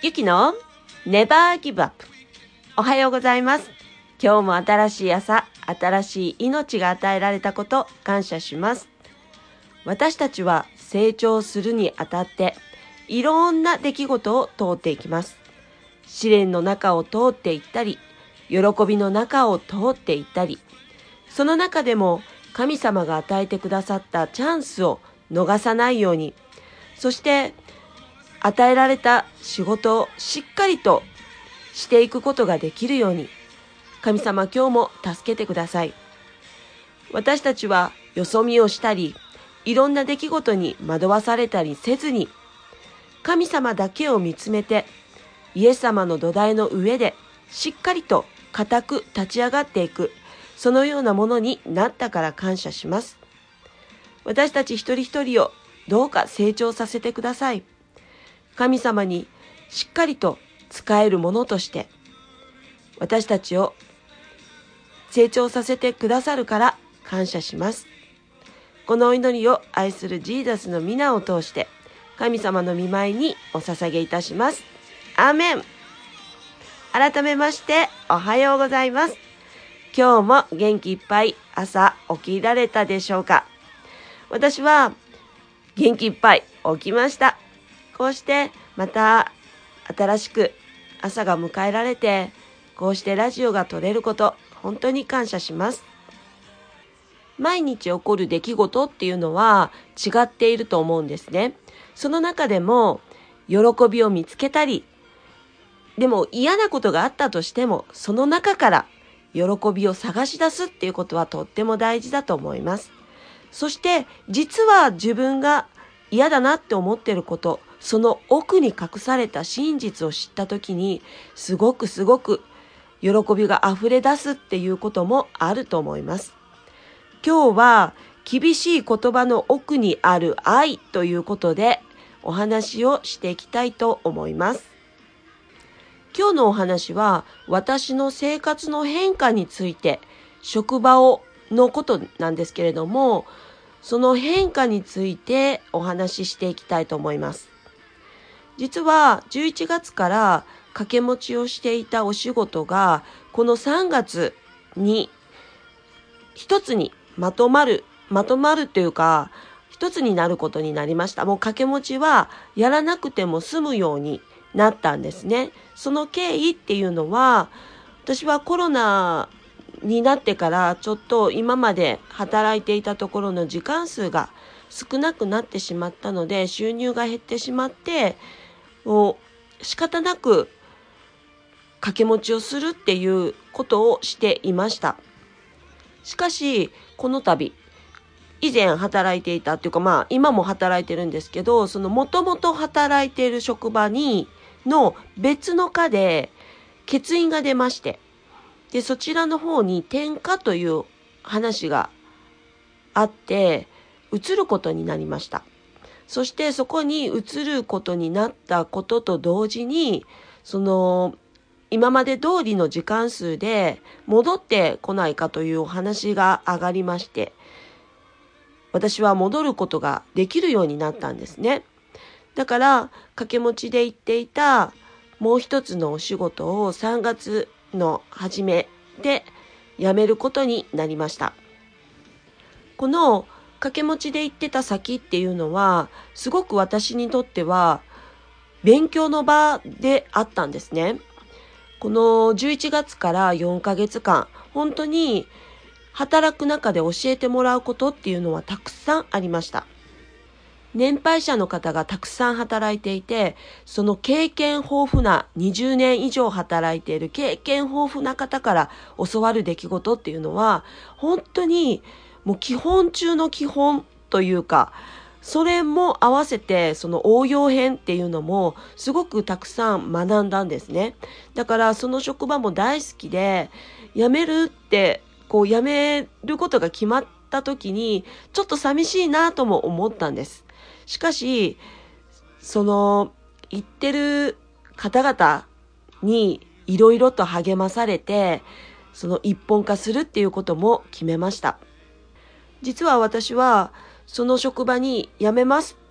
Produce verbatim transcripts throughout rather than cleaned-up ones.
ゆきのネバーギブアップ。おはようございます。今日も新しい朝、新しい命が与えられたこと感謝します。私たちは成長するにあたっていろんな出来事を通っていきます。試練の中を通っていったり、喜びの中を通っていったり、その中でも神様が与えてくださったチャンスを逃さないように、そして与えられた仕事をしっかりとしていくことができるように、神様今日も助けてください。私たちはよそ見をしたり、いろんな出来事に惑わされたりせずに、神様だけを見つめて、イエス様の土台の上でしっかりと固く立ち上がっていく、そのようなものになったから感謝します。私たち一人一人をどうか成長させてください。神様にしっかりと仕えるものとして、私たちを成長させてくださるから感謝します。このお祈りを愛するジーザスの皆を通して、神様の御前にお捧げいたします。アーメン。改めましておはようございます。今日も元気いっぱい朝起きられたでしょうか。私は元気いっぱい起きました。こうしてまた新しく朝が迎えられて、こうしてラジオが撮れること、本当に感謝します。毎日起こる出来事っていうのは違っていると思うんですね。その中でも喜びを見つけたり、でも嫌なことがあったとしても、その中から喜びを探し出すっていうことはとっても大事だと思います。そして実は自分が嫌だなって思っていること、その奥に隠された真実を知ったときに、すごくすごく喜びが溢れ出すっていうこともあると思います。今日は厳しい言葉の奥にある愛ということでお話をしていきたいと思います。今日のお話は私の生活の変化について、職場をのことなんですけれども、その変化についてお話ししていきたいと思います。実はじゅういちがつから掛け持ちをしていたお仕事が、このさんがつに一つにまとまる、まとまるというか、一つになることになりました。もう掛け持ちはやらなくても済むようになったんですね。その経緯っていうのは、私はコロナになってからちょっと今まで働いていたところの時間数が少なくなってしまったので、収入が減ってしまって、もう仕方なく掛け持ちをするっていうことをしていました。しかしこの度、以前働いていたっていうか、まあ今も働いてるんですけど、そのもともと働いている職場にの別の課で欠員が出まして、でそちらの方に転科という話があって移ることになりました。そしてそこに移ることになったことと同時に、その今まで通りの時間数で戻ってこないかというお話が上がりまして、私は戻ることができるようになったんですね。だから掛け持ちで行っていたもう一つのお仕事をさんがつの初めで辞めることになりました。この掛け持ちで行ってた先っていうのは、すごく私にとっては勉強の場であったんですね。このじゅういちがつからよんかげつかん、本当に働く中で教えてもらうことっていうのはたくさんありました。年配者の方がたくさん働いていて、その経験豊富なにじゅうねん以上働いている経験豊富な方から教わる出来事っていうのは、本当にもう基本中の基本というか、それも合わせてその応用編っていうのもすごくたくさん学んだんですね。だからその職場も大好きで、辞めるってこう辞めることが決まった時にちょっと寂しいなとも思ったんです。しかしその言ってる方々にいろいろと励まされて、その一本化するっていうことも決めました。実は私はその職場に辞めます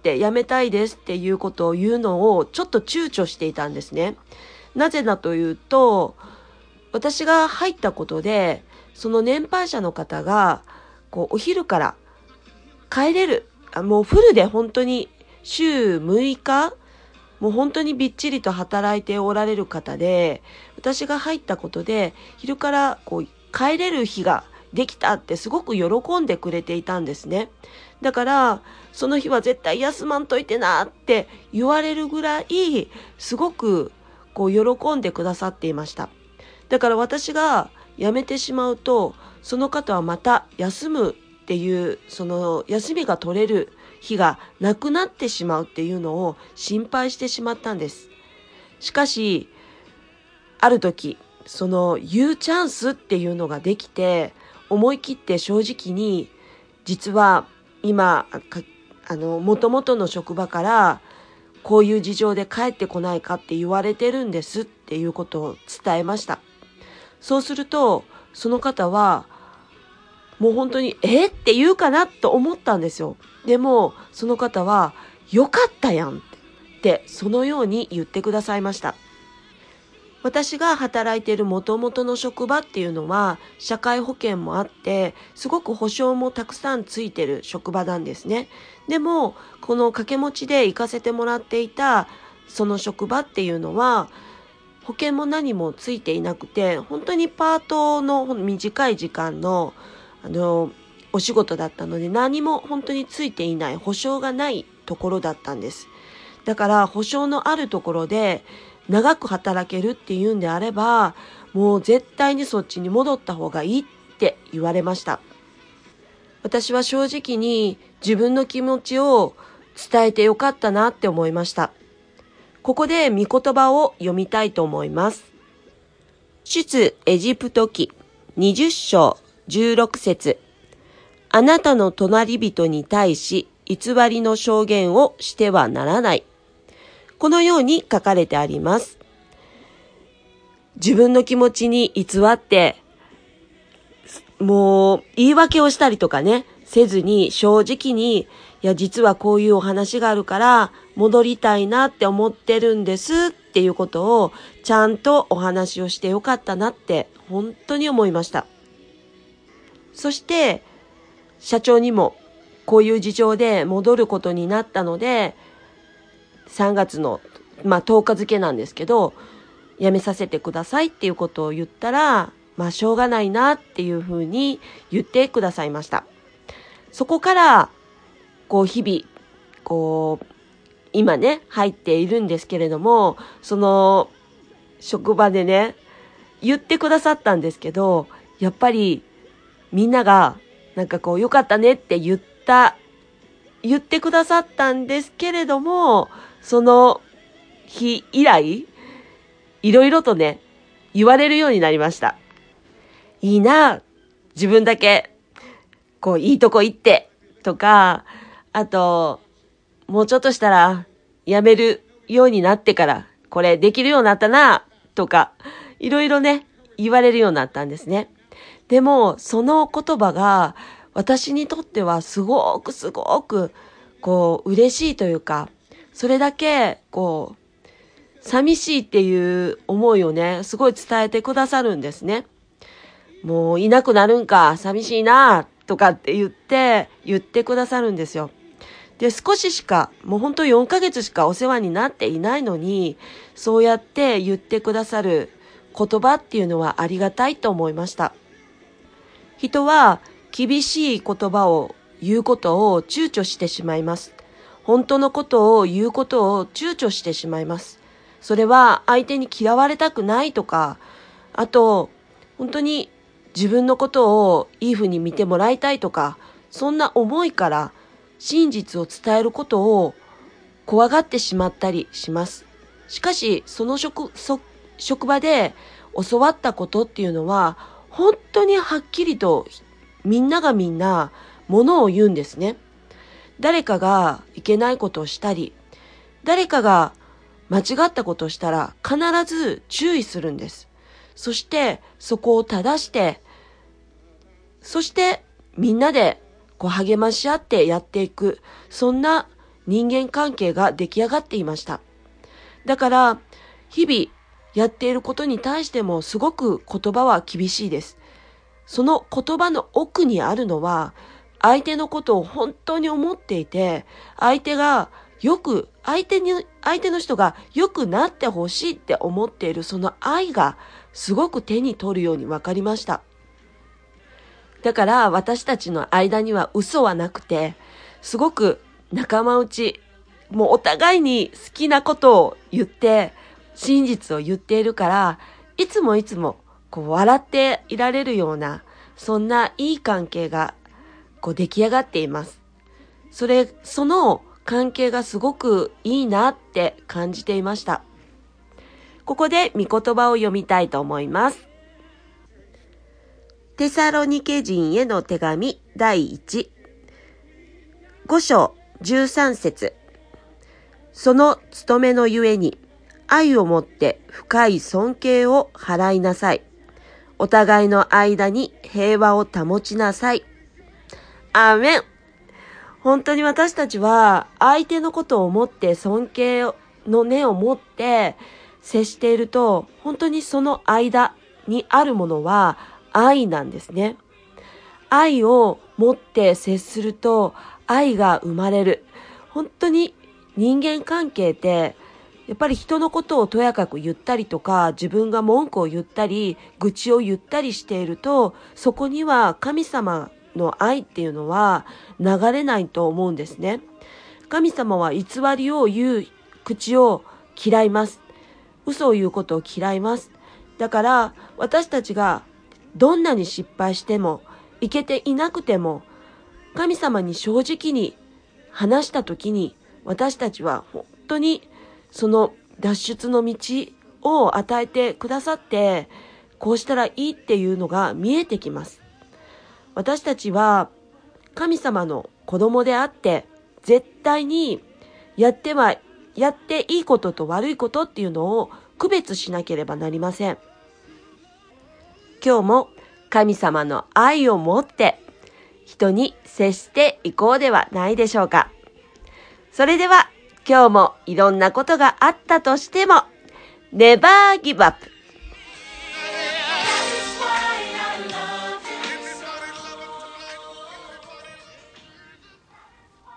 って辞めたいですっていうことを言うのをちょっと躊躇していたんですね。なぜだというと、私が入ったことで、その年配者の方が、こう、お昼から帰れる、あもうフルで本当に週むいか、もう本当にびっちりと働いておられる方で、私が入ったことで、昼からこう帰れる日ができたってすごく喜んでくれていたんですね。だから、その日は絶対休まんといてなって言われるぐらい、すごくこう喜んでくださっていました。だから私が辞めてしまうと、その方はまた休むっていう、その休みが取れる日がなくなってしまうっていうのを心配してしまったんです。しかし、ある時、その言うチャンスっていうのができて、思い切って正直に、実は今、あの、元々の職場から、こういう事情で帰ってこないかって言われてるんですっていうことを伝えました。そうすると、その方は、もう本当に、えって言うかなと思ったんですよ。でも、その方は、よかったやんって、そのように言ってくださいました。私が働いている元々の職場っていうのは、社会保険もあって、すごく保証もたくさんついてる職場なんですね。でも、この掛け持ちで行かせてもらっていた、その職場っていうのは、保険も何もついていなくて、本当にパートの短い時間の、あの、お仕事だったので、何も本当についていない、保証がないところだったんです。だから、保証のあるところで、長く働けるっていうんであれば、もう絶対にそっちに戻った方がいいって言われました。私は正直に自分の気持ちを伝えてよかったなって思いました。ここで御言葉を読みたいと思います。出エジプト記にじゅっ章じゅうろく節。あなたの隣人に対し偽りの証言をしてはならない。このように書かれてあります。自分の気持ちに偽って、もう言い訳をしたりとかね、せずに正直に、いや実はこういうお話があるから戻りたいなって思ってるんですっていうことをちゃんとお話をしてよかったなって本当に思いました。そして社長にもこういう事情で戻ることになったので、さんがつの、まあ、とおか付なんですけど、辞めさせてくださいっていうことを言ったら、まあしょうがないなっていうふうに言ってくださいました。そこから、こう日々、こう、今ね、入っているんですけれども、その、職場でね、言ってくださったんですけど、やっぱりみんなが、なんかこう、よかったねって言った、言ってくださったんですけれども、その日以来、いろいろとね、言われるようになりました。いいな、自分だけ、こう、いいとこ行って、とか、あと、もうちょっとしたら、辞めるようになってから、これできるようになったな、とか、いろいろね、言われるようになったんですね。でも、その言葉が、私にとってはすごくすごく、こう、嬉しいというか、それだけ、こう、寂しいっていう思いをね、すごい伝えてくださるんですね。もういなくなるんか、寂しいな、とかって言って、言ってくださるんですよ。で、少ししか、もうほんとよんかげつしかお世話になっていないのに、そうやって言ってくださる言葉っていうのはありがたいと思いました。人は厳しい言葉を言うことを躊躇してしまいます。本当のことを言うことを躊躇してしまいます。それは相手に嫌われたくないとか、あと、本当に自分のことをいいふうに見てもらいたいとか、そんな思いから真実を伝えることを怖がってしまったりします。しかし、その職、そ職場で教わったことっていうのは、本当にはっきりとみんながみんなものを言うんですね。誰かがいけないことをしたり、誰かが間違ったことをしたら必ず注意するんです。そしてそこを正して、そしてみんなでこう励まし合ってやっていく、そんな人間関係が出来上がっていました。だから、日々やっていることに対してもすごく言葉は厳しいです。その言葉の奥にあるのは、相手のことを本当に思っていて、相手がよく、相手に、相手の人が良くなってほしいって思っているその愛がすごく手に取るように分かりました。だから私たちの間には嘘はなくて、すごく仲間内、もうお互いに好きなことを言って、真実を言っているから、いつもいつもこう笑っていられるような、そんないい関係がこう出来上がっています。それ、その関係がすごくいいなって感じていました。ここで御言葉を読みたいと思います。テサロニケ人への手紙だいいち、ご章じゅうさん節。その務めのゆえに愛をもって深い尊敬を払いなさい。お互いの間に平和を保ちなさい。アーメン。本当に私たちは相手のことを思って尊敬の念を持って接していると、本当にその間にあるものは愛なんですね。愛を持って接すると愛が生まれる。本当に人間関係ってやっぱり人のことをとやかく言ったりとか、自分が文句を言ったり愚痴を言ったりしていると、そこには神様の愛っていうのは流れないと思うんですね。神様は偽りを言う口を嫌います。嘘を言うことを嫌います。だから私たちがどんなに失敗しても、いけていなくても、神様に正直に話したときに、私たちは本当にその脱出の道を与えてくださって、こうしたらいいっていうのが見えてきます。私たちは神様の子供であって、絶対にやっては、やっていいことと悪いことっていうのを区別しなければなりません。今日も神様の愛を持って人に接していこうではないでしょうか。それでは今日もいろんなことがあったとしても、ネバーギブアップ。